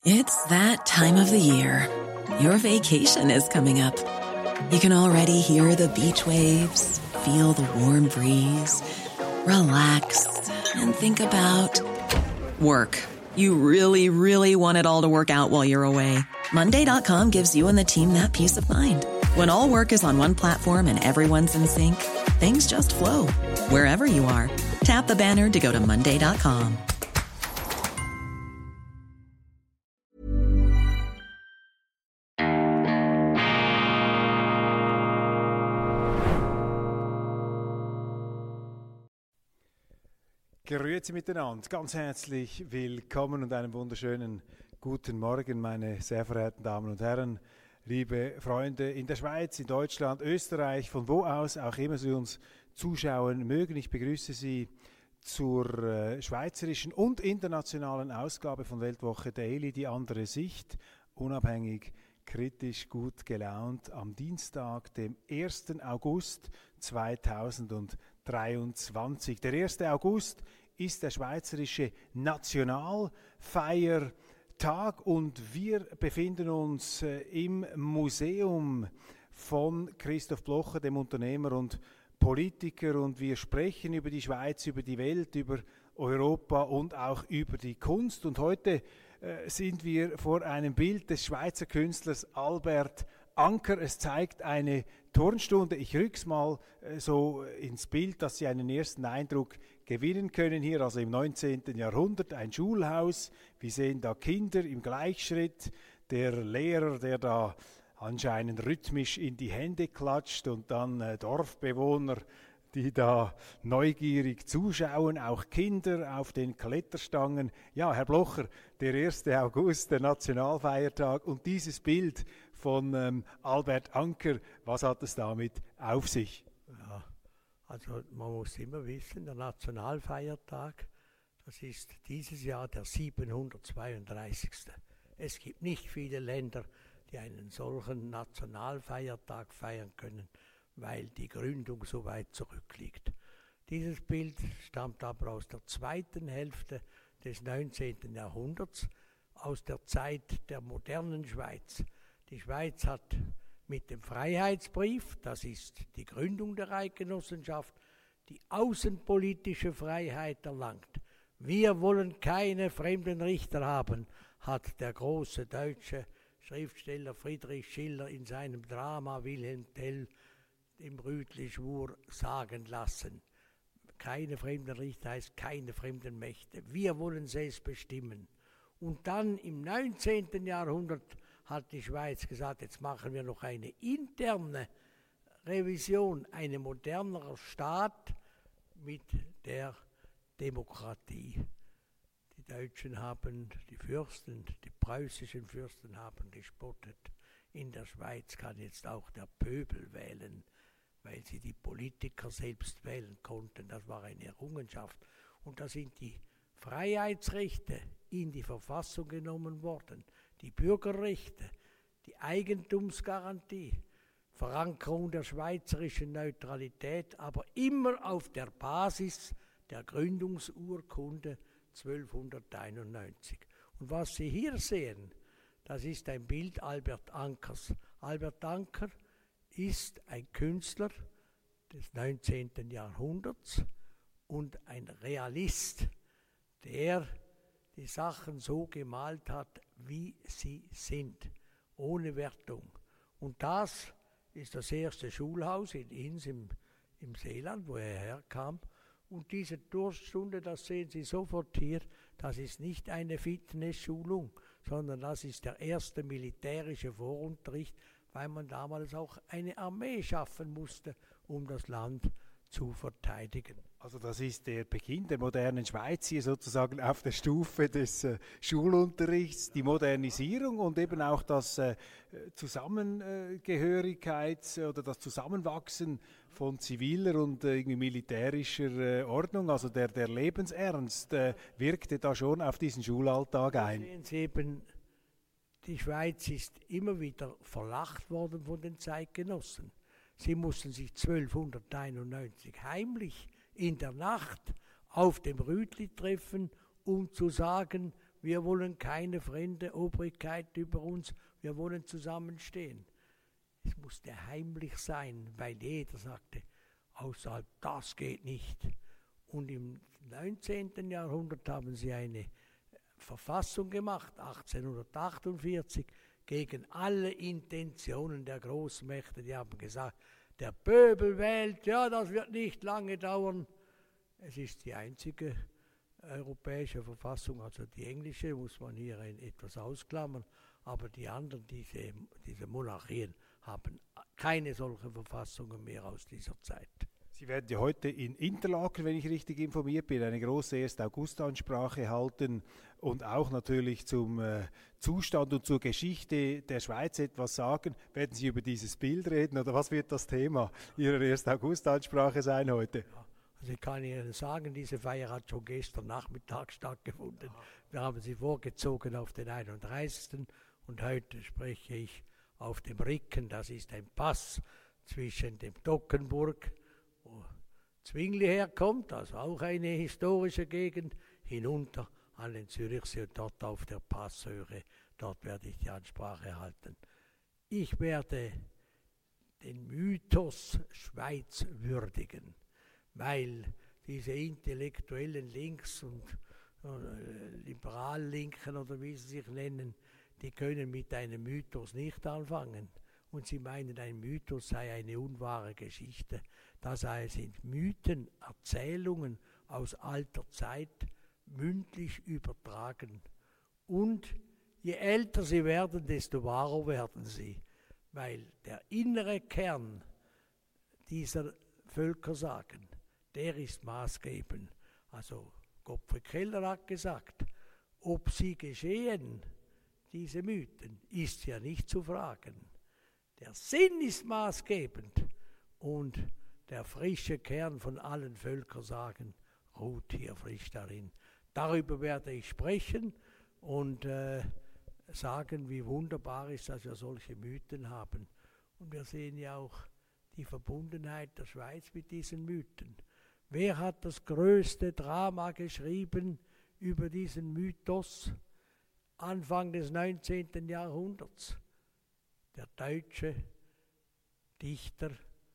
It's that time of the year. Your vacation is coming up. You can already hear the beach waves, feel the warm breeze, relax, and think about work. You really, really want it all to work out while you're away. Monday.com gives you and the team that peace of mind. When all work is on one platform and everyone's in sync, things just flow. Wherever you are, tap the banner to go to Monday.com. Grüezi miteinander, ganz herzlich willkommen und einen wunderschönen guten Morgen, meine sehr verehrten Damen und Herren, liebe Freunde in der Schweiz, in Deutschland, Österreich, von wo aus auch immer Sie uns zuschauen mögen. Ich begrüße Sie zur schweizerischen und internationalen Ausgabe von Weltwoche Daily, die andere Sicht, unabhängig, kritisch, gut gelaunt, am Dienstag, dem 1. August 2023. Der 1. August ist der schweizerische Nationalfeiertag und wir befinden uns im Museum von Christoph Blocher, dem Unternehmer und Politiker, und wir sprechen über die Schweiz, über die Welt, über Europa und auch über die Kunst. Und heute sind wir vor einem Bild des Schweizer Künstlers Albert Anker. Es zeigt eine Turnstunde. Ich rück's mal so ins Bild, dass Sie einen ersten Eindruck gewinnen können. Hier also im 19. Jahrhundert ein Schulhaus. Wir sehen da Kinder im Gleichschritt. Der Lehrer, der da anscheinend rhythmisch in die Hände klatscht, und dann Dorfbewohner, die da neugierig zuschauen, auch Kinder auf den Kletterstangen. Ja, Herr Blocher, der 1. August, der Nationalfeiertag, und dieses Bild von Albert Anker, was hat es damit auf sich? Ja, also man muss immer wissen, der Nationalfeiertag, das ist dieses Jahr der 732. Es gibt nicht viele Länder, die einen solchen Nationalfeiertag feiern können, weil die Gründung so weit zurückliegt. Dieses Bild stammt aber aus der zweiten Hälfte des 19. Jahrhunderts, aus der Zeit der modernen Schweiz. Die Schweiz hat mit dem Freiheitsbrief, das ist die Gründung der Eidgenossenschaft, die außenpolitische Freiheit erlangt. Wir wollen keine fremden Richter haben, hat der große deutsche Schriftsteller Friedrich Schiller in seinem Drama Wilhelm Tell im Rütli-Schwur sagen lassen. Keine fremden Richter heißt keine fremden Mächte. Wir wollen selbst bestimmen. Und dann im 19. Jahrhundert hat die Schweiz gesagt, jetzt machen wir noch eine interne Revision, ein modernerer Staat mit der Demokratie. Die Deutschen haben, die Fürsten, die preußischen Fürsten haben gespottet. In der Schweiz kann jetzt auch der Pöbel wählen, weil sie die Politiker selbst wählen konnten. Das war eine Errungenschaft. Und da sind die Freiheitsrechte in die Verfassung genommen worden, die Bürgerrechte, die Eigentumsgarantie, Verankerung der schweizerischen Neutralität, aber immer auf der Basis der Gründungsurkunde 1291. Und was Sie hier sehen, das ist ein Bild Albert Ankers. Albert Anker ist ein Künstler des 19. Jahrhunderts und ein Realist, der die Sachen so gemalt hat, wie sie sind, ohne Wertung. Und das ist das erste Schulhaus in Ins im Seeland, wo er herkam. Und diese Turnstunde, das sehen Sie sofort hier, das ist nicht eine Fitnessschulung, sondern das ist der erste militärische Vorunterricht, weil man damals auch eine Armee schaffen musste, um das Land zu verteidigen. Also das ist der Beginn der modernen Schweiz hier sozusagen auf der Stufe des Schulunterrichts, die Modernisierung und eben auch das Zusammengehörigkeits- oder das Zusammenwachsen von ziviler und irgendwie militärischer Ordnung. Also der Lebensernst wirkte da schon auf diesen Schulalltag ein. Sehen Sie eben, die Schweiz ist immer wieder verlacht worden von den Zeitgenossen. Sie mussten sich 1291 heimlich in der Nacht auf dem Rütli treffen, um zu sagen, wir wollen keine fremde Obrigkeit über uns, wir wollen zusammenstehen. Es musste heimlich sein, weil jeder sagte, außerhalb, das geht nicht. Und im 19. Jahrhundert haben sie eine Verfassung gemacht, 1848, gegen alle Intentionen der Großmächte. Die haben gesagt, der Pöbel wählt, ja, das wird nicht lange dauern. Es ist die einzige europäische Verfassung, also die englische, muss man hier etwas ausklammern, aber die anderen, diese Monarchien, haben keine solchen Verfassungen mehr aus dieser Zeit. Sie werden ja heute in Interlaken, wenn ich richtig informiert bin, eine große 1. August-Ansprache halten und auch natürlich zum Zustand und zur Geschichte der Schweiz etwas sagen. Werden Sie über dieses Bild reden oder was wird das Thema Ihrer 1. August-Ansprache sein heute? Ja, also ich kann Ihnen sagen, diese Feier hat schon gestern Nachmittag stattgefunden. Wir haben sie vorgezogen auf den 31. und heute spreche ich auf dem Ricken. Das ist ein Pass zwischen dem Dockenburg, wo Zwingli herkommt, also auch eine historische Gegend, hinunter an den Zürichsee und dort auf der Passhöhe, dort werde ich die Ansprache halten. Ich werde den Mythos Schweiz würdigen, weil diese intellektuellen Links und Liberallinken oder wie sie sich nennen, die können mit einem Mythos nicht anfangen. Und sie meinen, ein Mythos sei eine unwahre Geschichte. Das sind Mythen, Erzählungen aus alter Zeit, mündlich übertragen. Und je älter sie werden, desto wahrer werden sie. Weil der innere Kern dieser Völkersagen, der ist maßgebend. Also Gottfried Keller hat gesagt, ob sie geschehen, diese Mythen, ist ja nicht zu fragen. Der Sinn ist maßgebend und der frische Kern von allen Völkersagen ruht hier frisch darin. Darüber werde ich sprechen und sagen, wie wunderbar ist, dass wir solche Mythen haben. Und wir sehen ja auch die Verbundenheit der Schweiz mit diesen Mythen. Wer hat das größte Drama geschrieben über diesen Mythos Anfang des 19. Jahrhunderts? Der deutsche Dichter,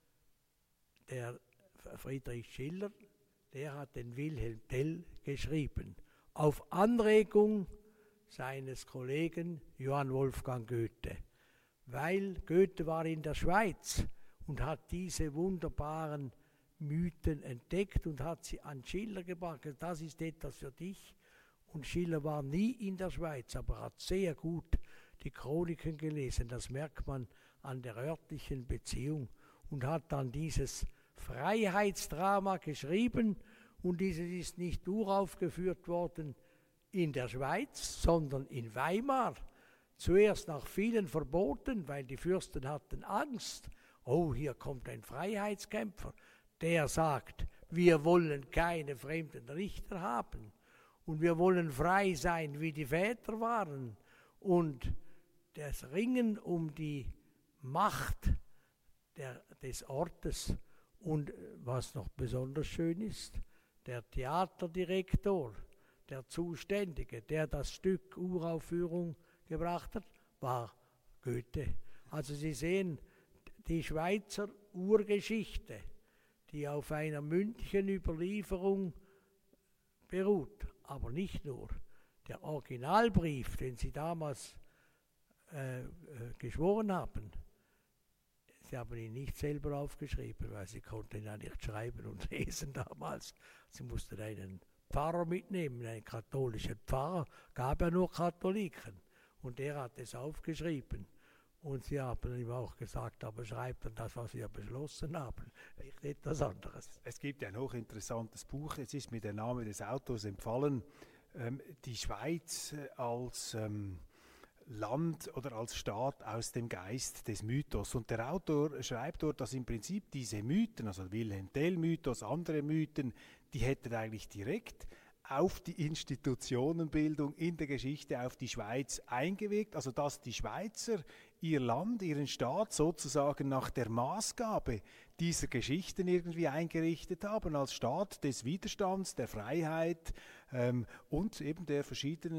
der Friedrich Schiller, der hat den Wilhelm Tell geschrieben, auf Anregung seines Kollegen Johann Wolfgang Goethe. Weil Goethe war in der Schweiz und hat diese wunderbaren Mythen entdeckt und hat sie an Schiller gebracht. Das ist etwas für dich. Und Schiller war nie in der Schweiz, aber hat sehr gut die Chroniken gelesen. Das merkt man an der örtlichen Beziehung und hat dann dieses Freiheitsdrama geschrieben. Und dieses ist nicht uraufgeführt worden in der Schweiz, sondern in Weimar. Zuerst nach vielen Verboten, weil die Fürsten hatten Angst. Oh, hier kommt ein Freiheitskämpfer, der sagt, wir wollen keine fremden Richter haben und wir wollen frei sein, wie die Väter waren. Und das Ringen um die Macht des Ortes und was noch besonders schön ist, der Theaterdirektor, der Zuständige, der das Stück Uraufführung gebracht hat, war Goethe. Also Sie sehen, die Schweizer Urgeschichte, die auf einer mündlichen Überlieferung beruht, aber nicht nur. Der Originalbrief, den Sie damals geschworen haben, Sie haben ihn nicht selber aufgeschrieben, weil Sie konnten ja nicht schreiben und lesen damals. Sie mussten einen Pfarrer mitnehmen, einen katholischen Pfarrer, gab ja nur Katholiken. Und der hat es aufgeschrieben. Und sie haben ihm auch gesagt, aber schreibt dann das, was wir beschlossen haben, nicht etwas anderes. Es gibt ein hochinteressantes Buch, es ist mir der Name des Autors entfallen, die Schweiz als Land oder als Staat aus dem Geist des Mythos. Und der Autor schreibt dort, dass im Prinzip diese Mythen, also Wilhelm Tell-Mythos, andere Mythen, die hätten eigentlich direkt auf die Institutionenbildung in der Geschichte, auf die Schweiz eingewirkt, also dass die Schweizer ihr Land, ihren Staat sozusagen nach der Maßgabe dieser Geschichten irgendwie eingerichtet haben, als Staat des Widerstands, der Freiheit und eben der verschiedenen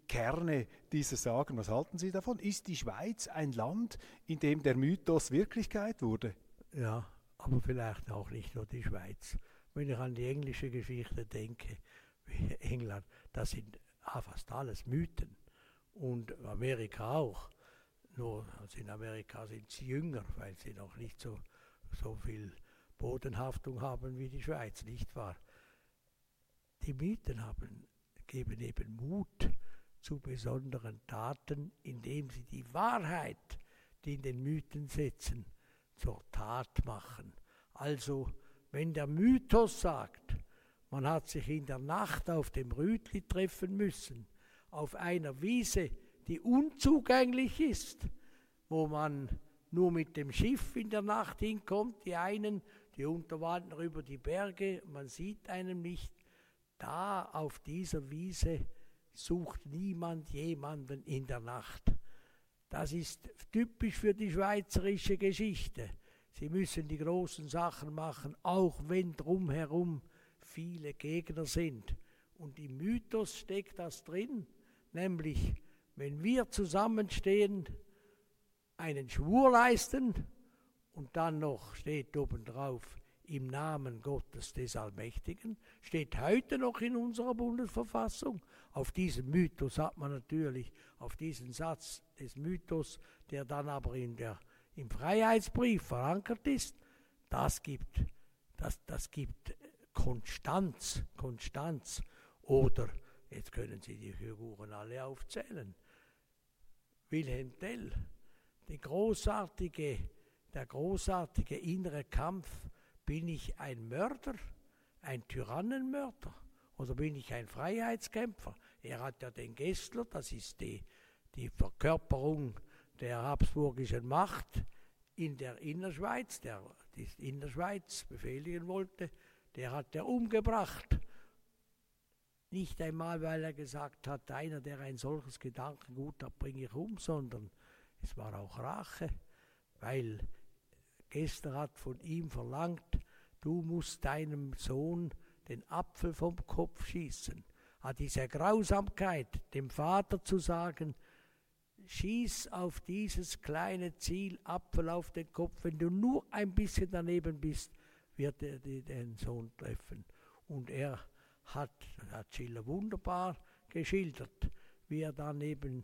Kerne dieser Sagen. Was halten Sie davon? Ist die Schweiz ein Land, in dem der Mythos Wirklichkeit wurde? Ja, aber vielleicht auch nicht nur die Schweiz. Wenn ich an die englische Geschichte denke, wie England, das sind fast alles Mythen. Und Amerika auch. Nur also in Amerika sind sie jünger, weil sie noch nicht so viel Bodenhaftung haben wie die Schweiz, nicht wahr? Die Mythen geben eben Mut zu besonderen Taten, indem sie die Wahrheit, die in den Mythen sitzen, zur Tat machen. Also, wenn der Mythos sagt, man hat sich in der Nacht auf dem Rütli treffen müssen, auf einer Wiese, die unzugänglich ist, wo man nur mit dem Schiff in der Nacht hinkommt, die unterwandern über die Berge, man sieht einen nicht, da auf dieser Wiese sucht niemand jemanden in der Nacht. Das ist typisch für die schweizerische Geschichte. Sie müssen die großen Sachen machen, auch wenn drumherum viele Gegner sind. Und im Mythos steckt das drin, nämlich wenn wir zusammenstehen, einen Schwur leisten und dann noch steht obendrauf, im Namen Gottes des Allmächtigen, steht heute noch in unserer Bundesverfassung. Auf diesen Mythos hat man natürlich, auf diesen Satz des Mythos, der dann aber im Freiheitsbrief verankert ist, das gibt Konstanz. Oder, jetzt können Sie die Figuren alle aufzählen, Wilhelm Tell, der großartige innere Kampf, bin ich ein Mörder, ein Tyrannenmörder oder bin ich ein Freiheitskämpfer? Er hat ja den Gessler, das ist die Verkörperung der habsburgischen Macht in der Innerschweiz, der die Innerschweiz befehligen wollte, der hat er umgebracht. Nicht einmal, weil er gesagt hat, einer, der ein solches Gedankengut hat, bringe ich um, sondern es war auch Rache, weil Gessler hat von ihm verlangt, du musst deinem Sohn den Apfel vom Kopf schießen. Hat diese Grausamkeit, dem Vater zu sagen, schieß auf dieses kleine Ziel, Apfel auf den Kopf, wenn du nur ein bisschen daneben bist, wird er den Sohn treffen. Und er hat Schiller wunderbar geschildert, wie er dann eben,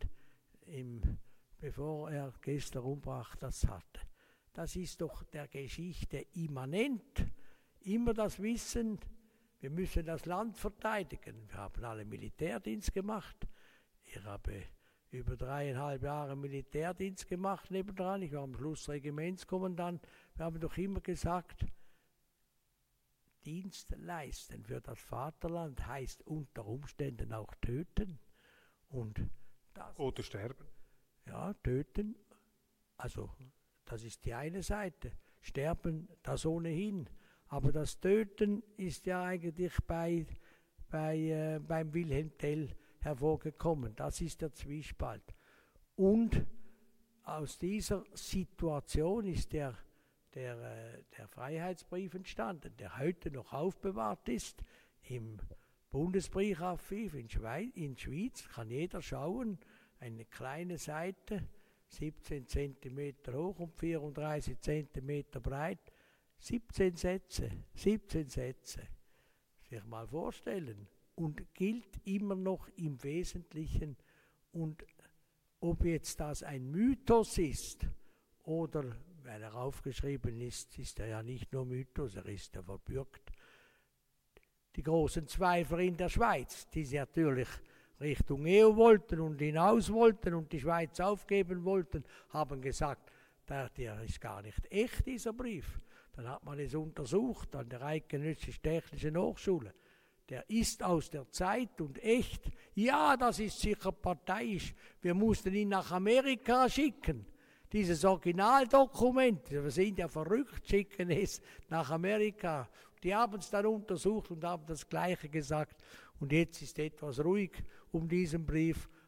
bevor er Gessler umbrachte, das hatte. Das ist doch der Geschichte immanent. Immer das Wissen, wir müssen das Land verteidigen. Wir haben alle Militärdienst gemacht. Ich habe über 3,5 Jahre Militärdienst gemacht nebendran. Ich war am Schluss Regimentskommandant. Wir haben doch immer gesagt, Dienst leisten für das Vaterland heißt unter Umständen auch töten. Und das, oder sterben. Ja, töten. Also das ist die eine Seite. Sterben, das ohnehin. Aber das Töten ist ja eigentlich beim Wilhelm Tell hervorgekommen. Das ist der Zwiespalt. Und aus dieser Situation ist der Freiheitsbrief entstanden, der heute noch aufbewahrt ist im Bundesbriefarchiv in Schwyz. Kann jeder schauen. Eine kleine Seite, 17 cm hoch und 34 cm breit. 17 Sätze. Sich mal vorstellen. Und gilt immer noch im Wesentlichen. Und ob jetzt das ein Mythos ist oder, weil er aufgeschrieben ist, ist er ja nicht nur Mythos, er ist ja verbürgt. Die großen Zweifler in der Schweiz, die sie natürlich Richtung EU wollten und hinaus wollten und die Schweiz aufgeben wollten, haben gesagt, der ist gar nicht echt, dieser Brief. Dann hat man es untersucht an der Eidgenössisch-Technischen Hochschule. Der ist aus der Zeit und echt. Ja, das ist sicher parteiisch. Wir mussten ihn nach Amerika schicken. Dieses Originaldokument, wir sind ja verrückt, schicken es nach Amerika. Die haben es dann untersucht und haben das Gleiche gesagt. Und jetzt ist etwas ruhig um diesen Brief,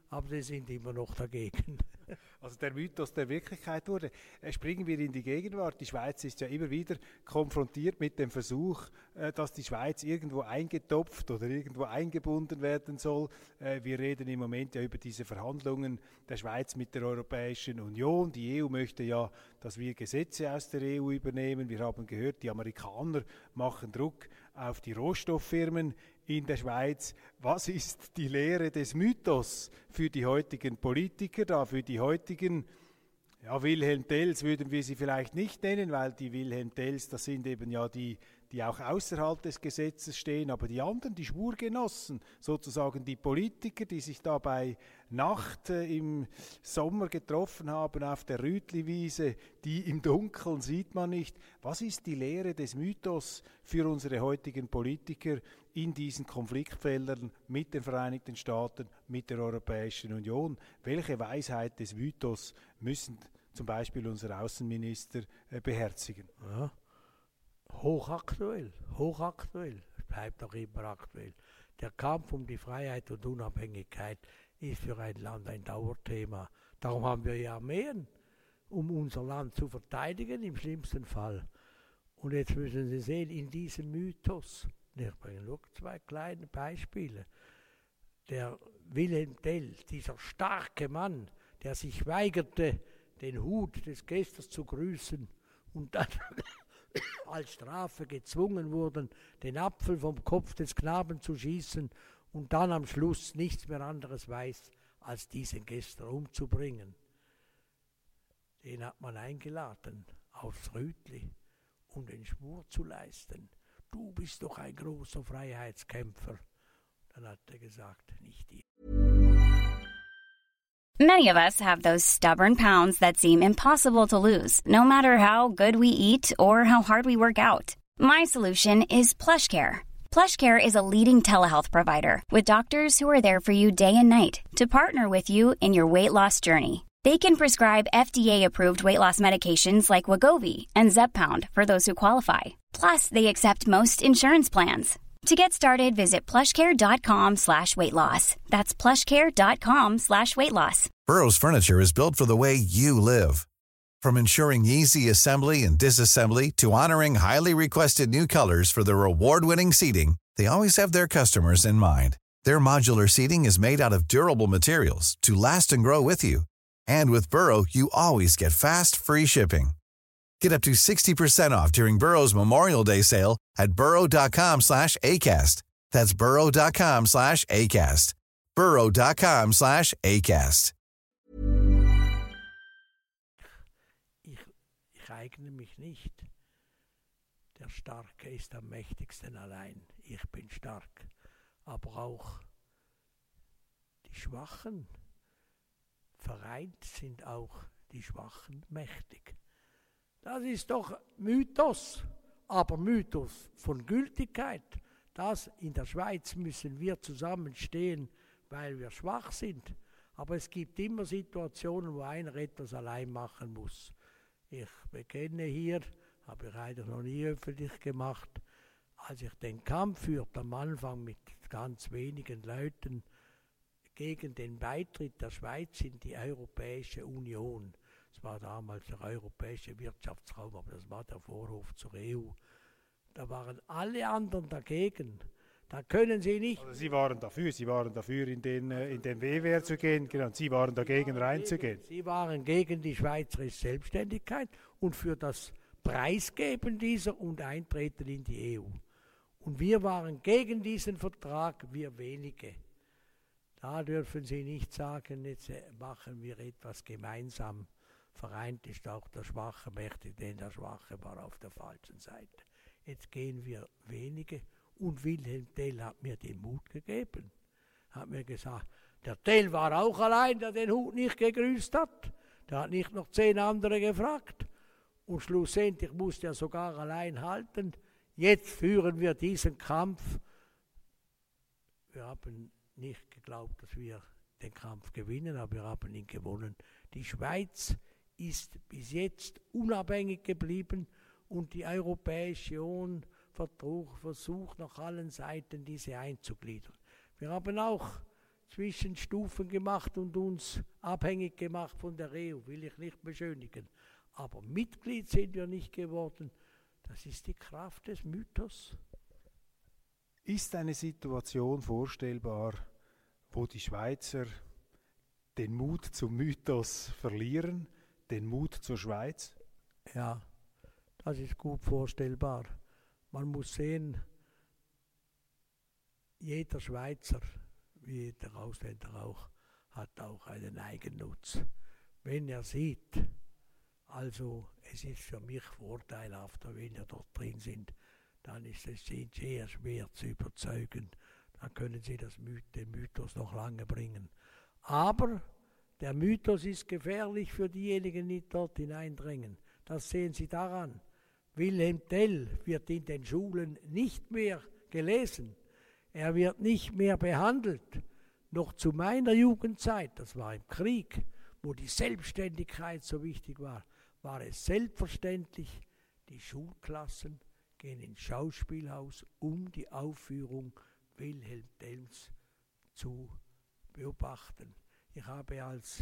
aber sie sind immer noch dagegen. Also der Mythos der Wirklichkeit wurde. Springen wir in die Gegenwart. Die Schweiz ist ja immer wieder konfrontiert mit dem Versuch, dass die Schweiz irgendwo eingetopft oder irgendwo eingebunden werden soll. Wir reden im Moment ja über diese Verhandlungen der Schweiz mit der Europäischen Union. Die EU möchte ja, dass wir Gesetze aus der EU übernehmen. Wir haben gehört, die Amerikaner machen Druck auf die Rohstofffirmen in der Schweiz. Was ist die Lehre des Mythos für die heutigen Politiker da, für die heutigen, ja, Wilhelm Tells würden wir sie vielleicht nicht nennen, weil die Wilhelm Tells, das sind eben ja die auch außerhalb des Gesetzes stehen, aber die anderen, die Schwurgenossen, sozusagen die Politiker, die sich da bei Nacht im Sommer getroffen haben auf der Rütliwiese, die im Dunkeln sieht man nicht. Was ist die Lehre des Mythos für unsere heutigen Politiker in diesen Konfliktfeldern mit den Vereinigten Staaten, mit der Europäischen Union? Welche Weisheit des Mythos müssen zum Beispiel unsere Außenminister beherzigen? Ja. Hochaktuell, hochaktuell, es bleibt auch immer aktuell. Der Kampf um die Freiheit und Unabhängigkeit ist für ein Land ein Dauerthema. Darum haben wir ja Armeen, um unser Land zu verteidigen im schlimmsten Fall. Und jetzt müssen Sie sehen, in diesem Mythos, ich bringe nur 2 kleine Beispiele, der Wilhelm Tell, dieser starke Mann, der sich weigerte, den Hut des Gästes zu grüßen und dann als Strafe gezwungen wurden, den Apfel vom Kopf des Knaben zu schießen und dann am Schluss nichts mehr anderes weiß, als diesen Gäster umzubringen. Den hat man eingeladen, aufs Rütli, um den Schwur zu leisten. Du bist doch ein großer Freiheitskämpfer. Dann hat er gesagt, nicht ich. Many of us have those stubborn pounds that seem impossible to lose, no matter how good we eat or how hard we work out. My solution is PlushCare. PlushCare is a leading telehealth provider with doctors who are there for you day and night to partner with you in your weight loss journey. They can prescribe FDA-approved weight loss medications like Wegovy and Zepbound for those who qualify. Plus, they accept most insurance plans. To get started, visit plushcare.com/weightloss. That's plushcare.com/weightloss. Burrow's furniture is built for the way you live. From ensuring easy assembly and disassembly to honoring highly requested new colors for their award-winning seating, they always have their customers in mind. Their modular seating is made out of durable materials to last and grow with you. And with Burrow, you always get fast, free shipping. Get up to 60% off during Burrow's Memorial Day sale at burrow.com/ACAST. That's burrow.com/ACAST. burrow.com/ACAST. Ich eigne mich nicht. Der Starke ist am mächtigsten allein. Ich bin stark. Aber auch die Schwachen, vereint sind auch die Schwachen mächtig. Das ist doch Mythos, aber Mythos von Gültigkeit. Das in der Schweiz müssen wir zusammenstehen, weil wir schwach sind. Aber es gibt immer Situationen, wo einer etwas allein machen muss. Ich bekenne hier, habe ich eigentlich noch nie öffentlich gemacht, als ich den Kampf führte am Anfang mit ganz wenigen Leuten gegen den Beitritt der Schweiz in die Europäische Union. Das war damals der Europäische Wirtschaftsraum, aber das war der Vorhof zur EU. Da waren alle anderen dagegen. Da können Sie nicht... Also Sie waren dafür in den WWR zu gehen, genau, Sie waren dagegen reinzugehen. Sie waren gegen die schweizerische Selbstständigkeit und für das Preisgeben dieser und Eintreten in die EU. Und wir waren gegen diesen Vertrag, wir wenige. Da dürfen Sie nicht sagen, jetzt machen wir etwas gemeinsam. Vereint ist auch der Schwache mächtig, denn der Schwache war auf der falschen Seite. Jetzt gehen wir wenige und Wilhelm Tell hat mir den Mut gegeben. Hat mir gesagt, der Tell war auch allein, der den Hut nicht gegrüßt hat. Der hat nicht noch 10 andere gefragt. Und schlussendlich musste er sogar allein halten. Jetzt führen wir diesen Kampf. Wir haben nicht geglaubt, dass wir den Kampf gewinnen, aber wir haben ihn gewonnen. Die Schweiz ist bis jetzt unabhängig geblieben und die Europäische Union versucht nach allen Seiten, diese einzugliedern. Wir haben auch Zwischenstufen gemacht und uns abhängig gemacht von der EU, will ich nicht beschönigen. Aber Mitglied sind wir nicht geworden. Das ist die Kraft des Mythos. Ist eine Situation vorstellbar, wo die Schweizer den Mut zum Mythos verlieren, den Mut zur Schweiz? Ja, das ist gut vorstellbar. Man muss sehen, jeder Schweizer, wie jeder Ausländer auch, hat auch einen Eigennutz. Wenn er sieht, also es ist für mich vorteilhafter, wenn wir dort drin sind, dann ist es sehr schwer zu überzeugen. Dann können Sie den Mythos noch lange bringen. Aber der Mythos ist gefährlich für diejenigen, die dort hineindringen. Das sehen Sie daran. Wilhelm Tell wird in den Schulen nicht mehr gelesen. Er wird nicht mehr behandelt. Noch zu meiner Jugendzeit, das war im Krieg, wo die Selbstständigkeit so wichtig war, war es selbstverständlich, die Schulklassen gehen ins Schauspielhaus, um die Aufführung Wilhelm Tells zu beobachten. Ich habe als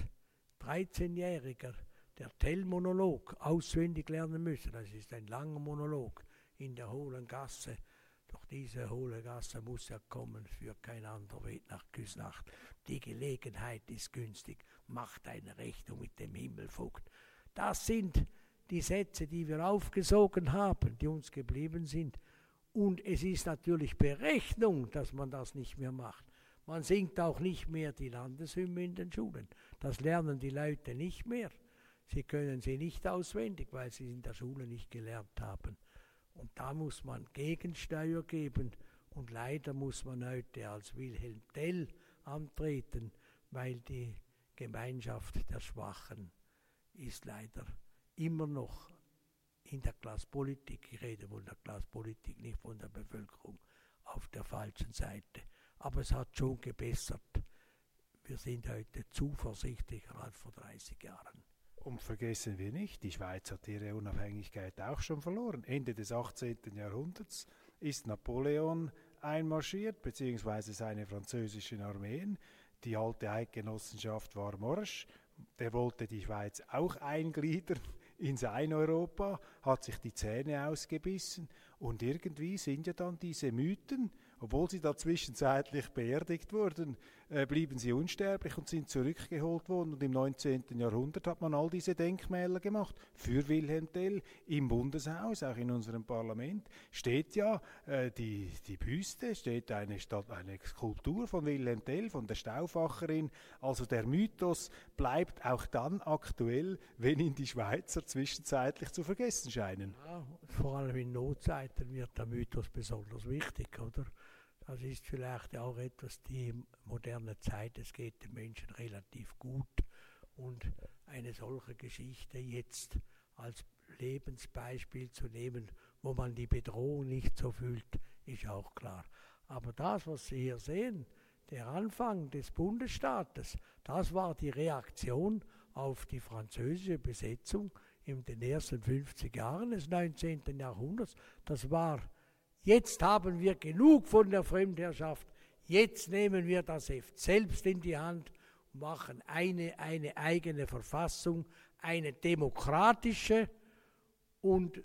13-Jähriger der Tell-Monolog auswendig lernen müssen. Das ist ein langer Monolog in der Hohlen Gasse. Doch diese hohle Gasse muss ja kommen, für kein anderer weht nach Küsnacht. Die Gelegenheit ist günstig, macht eine Rechnung mit dem Himmelvogt. Das sind die Sätze, die wir aufgesogen haben, die uns geblieben sind. Und es ist natürlich Berechnung, dass man das nicht mehr macht. Man singt auch nicht mehr die Landeshymne in den Schulen. Das lernen die Leute nicht mehr. Sie können sie nicht auswendig, weil sie in der Schule nicht gelernt haben. Und da muss man Gegensteuer geben. Und leider muss man heute als Wilhelm Tell antreten, weil die Gemeinschaft der Schwachen ist leider immer noch in der Klassenpolitik, ich rede von der Klassenpolitik, nicht von der Bevölkerung, auf der falschen Seite. Aber es hat schon gebessert. Wir sind heute zuversichtlicher als vor 30 Jahren. Und vergessen wir nicht, die Schweiz hat ihre Unabhängigkeit auch schon verloren. Ende des 18. Jahrhunderts ist Napoleon einmarschiert, beziehungsweise seine französischen Armeen. Die alte Eidgenossenschaft war morsch. Der wollte die Schweiz auch eingliedern in sein Europa, hat sich die Zähne ausgebissen und irgendwie sind ja dann diese Mythen, obwohl sie da zwischenzeitlich beerdigt wurden, blieben sie unsterblich und sind zurückgeholt worden. Und im 19. Jahrhundert hat man all diese Denkmäler gemacht. Für Wilhelm Tell im Bundeshaus, auch in unserem Parlament, steht ja die Büste, steht eine Skulptur von Wilhelm Tell, von der Stauffacherin. Also der Mythos bleibt auch dann aktuell, wenn ihn die Schweizer zwischenzeitlich zu vergessen scheinen. Ja, vor allem in Notzeiten wird der Mythos besonders wichtig, oder? Das ist vielleicht auch etwas die moderne Zeit, es geht den Menschen relativ gut und eine solche Geschichte jetzt als Lebensbeispiel zu nehmen, wo man die Bedrohung nicht so fühlt, ist auch klar. Aber das, was Sie hier sehen, der Anfang des Bundesstaates, das war die Reaktion auf die französische Besetzung in den ersten 50 Jahren des 19. Jahrhunderts. Das war: Jetzt haben wir genug von der Fremdherrschaft, jetzt nehmen wir das Heft selbst in die Hand und machen eine eigene Verfassung, eine demokratische, und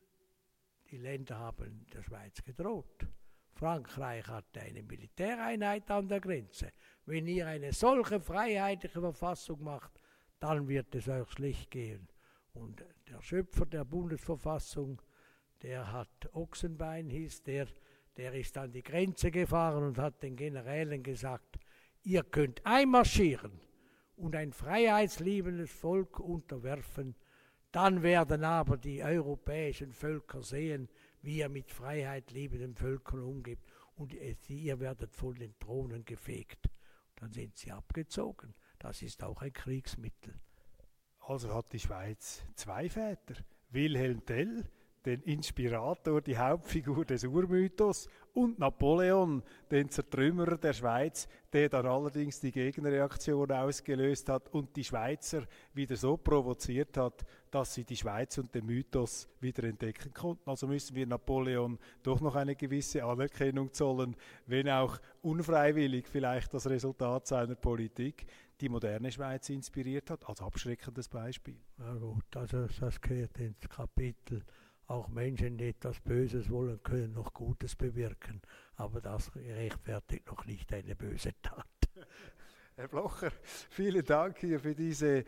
die Länder haben der Schweiz gedroht. Frankreich hatte eine Militäreinheit an der Grenze. Wenn ihr eine solche freiheitliche Verfassung macht, dann wird es euch schlecht gehen. Und der Schöpfer der Bundesverfassung, der hat Ochsenbein, hieß der ist an die Grenze gefahren und hat den Generälen gesagt, ihr könnt einmarschieren und ein freiheitsliebendes Volk unterwerfen, dann werden aber die europäischen Völker sehen, wie ihr mit freiheitliebenden Völkern umgeht und ihr werdet von den Thronen gefegt. Dann sind sie abgezogen. Das ist auch ein Kriegsmittel. Also hat die Schweiz zwei Väter. Wilhelm Tell, den Inspirator, die Hauptfigur des Urmythos, und Napoleon, den Zertrümmerer der Schweiz, der dann allerdings die Gegenreaktion ausgelöst hat und die Schweizer wieder so provoziert hat, dass sie die Schweiz und den Mythos wieder entdecken konnten. Also müssen wir Napoleon doch noch eine gewisse Anerkennung zollen, wenn auch unfreiwillig vielleicht das Resultat seiner Politik die moderne Schweiz inspiriert hat, als abschreckendes Beispiel. Na gut, also das gehört ins Kapitel. Auch Menschen, die etwas Böses wollen, können noch Gutes bewirken. Aber das rechtfertigt noch nicht eine böse Tat. Herr Blocher, vielen Dank hier für diese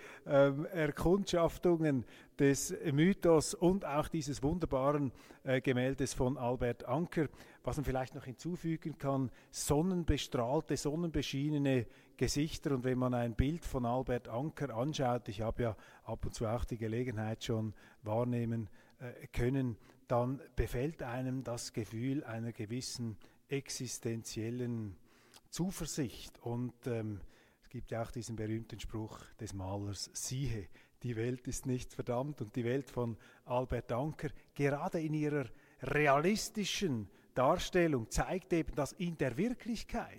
Erkundschaftungen des Mythos und auch dieses wunderbaren Gemäldes von Albert Anker. Was man vielleicht noch hinzufügen kann, sonnenbestrahlte, sonnenbeschienene Gesichter. Und wenn man ein Bild von Albert Anker anschaut, ich habe ja ab und zu auch die Gelegenheit schon wahrnehmen können, dann befällt einem das Gefühl einer gewissen existenziellen Zuversicht. Und es gibt ja auch diesen berühmten Spruch des Malers, siehe, die Welt ist nicht verdammt. Und die Welt von Albert Anker, gerade in ihrer realistischen Darstellung, zeigt eben, dass in der Wirklichkeit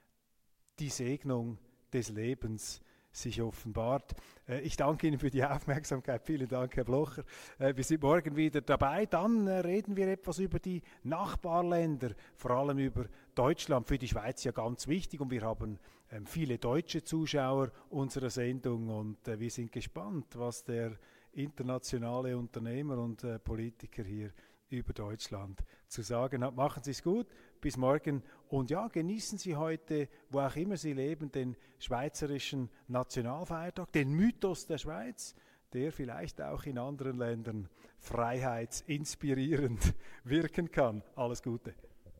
die Segnung des Lebens sich offenbart. Ich danke Ihnen für die Aufmerksamkeit. Vielen Dank, Herr Blocher. Wir sind morgen wieder dabei. Dann reden wir etwas über die Nachbarländer, vor allem über Deutschland. Für die Schweiz ja ganz wichtig. Und wir haben viele deutsche Zuschauer unserer Sendung. Und wir sind gespannt, was der internationale Unternehmer und Politiker hier über Deutschland zu sagen hat. Machen Sie es gut, bis morgen und ja, genießen Sie heute, wo auch immer Sie leben, den schweizerischen Nationalfeiertag, den Mythos der Schweiz, der vielleicht auch in anderen Ländern freiheitsinspirierend wirken kann. Alles Gute.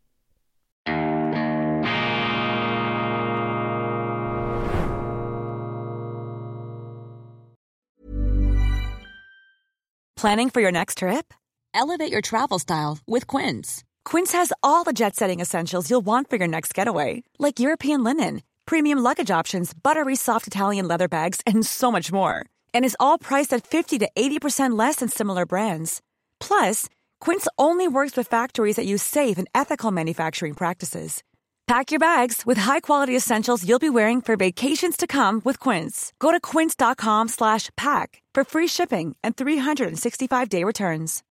Planning for your next trip? Elevate your travel style with Quince. Quince has all the jet-setting essentials you'll want for your next getaway, like European linen, premium luggage options, buttery soft Italian leather bags, and so much more. And is all priced at 50 to 80% less than similar brands. Plus, Quince only works with factories that use safe and ethical manufacturing practices. Pack your bags with high-quality essentials you'll be wearing for vacations to come with Quince. Go to quince.com/pack for free shipping and 365-day returns.